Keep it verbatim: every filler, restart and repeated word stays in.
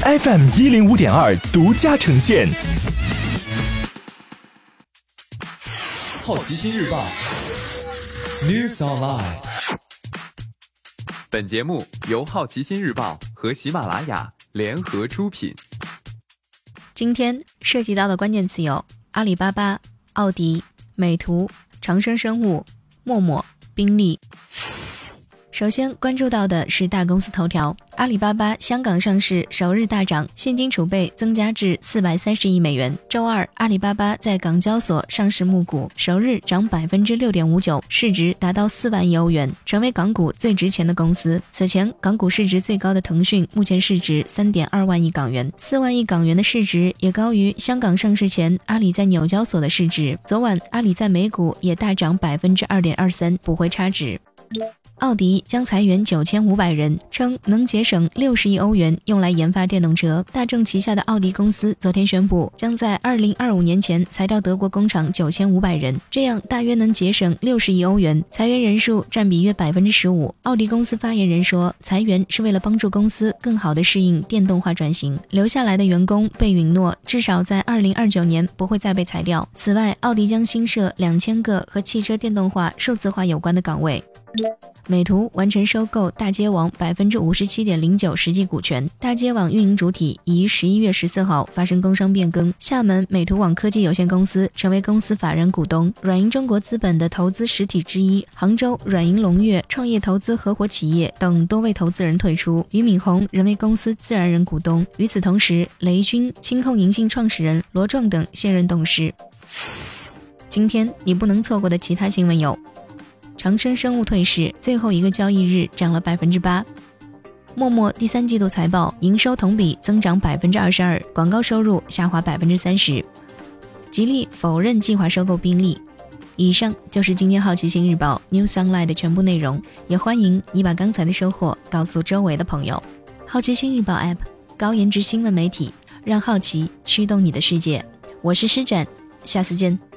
F M 一零五点二独家呈现。 好奇心日报 News Online。 本节目由好奇心日报和喜马拉雅联合出品。 今天涉及到的关键词有阿里巴巴、奥迪、美图、长生生物、陌陌、宾利。首先关注到的是大公司头条，阿里巴巴香港上市首日大涨，现金储备增加至四百三十亿美元。周二，阿里巴巴在港交所上市募股，首日涨 百分之六点五九， 市值达到四万亿欧元，成为港股最值钱的公司。此前，港股市值最高的腾讯目前市值 三点二万亿港元，四万亿港元的市值也高于香港上市前阿里在纽交所的市值。昨晚，阿里在美股也大涨 百分之二点二三， 补回差值。奥迪将裁员九千五百人，称能节省六十亿欧元用来研发电动车。大众旗下的奥迪公司昨天宣布，将在二零二五年前裁掉德国工厂九千五百人，这样大约能节省六十亿欧元，裁员人数占比约 百分之十五。奥迪公司发言人说，裁员是为了帮助公司更好地适应电动化转型，留下来的员工被允诺至少在二零二九年不会再被裁掉。此外，奥迪将新设两千个和汽车电动化、数字化有关的岗位。美图完成收购大街网 百分之五十七点零九 实际股权，大街网运营主体已于十一月十四号发生工商变更，厦门美图网科技有限公司成为公司法人股东，软银中国资本的投资实体之一杭州软银龙跃创业投资合伙企业等多位投资人退出，俞敏洪仍为公司自然人股东。与此同时，雷军、清空银信创始人罗壮等现任董事。今天你不能错过的其他新闻有：长生生物退市，最后一个交易日涨了 百分之八。 陌陌第三季度财报，营收同比增长 百分之二十二， 广告收入下滑 百分之三十。 吉利否认计划收购宾利。以上就是今天好奇心日报 News Online 的全部内容，也欢迎你把刚才的收获告诉周围的朋友。好奇心日报 App， 高颜值新闻媒体，让好奇驱动你的世界。我是施展，下次见。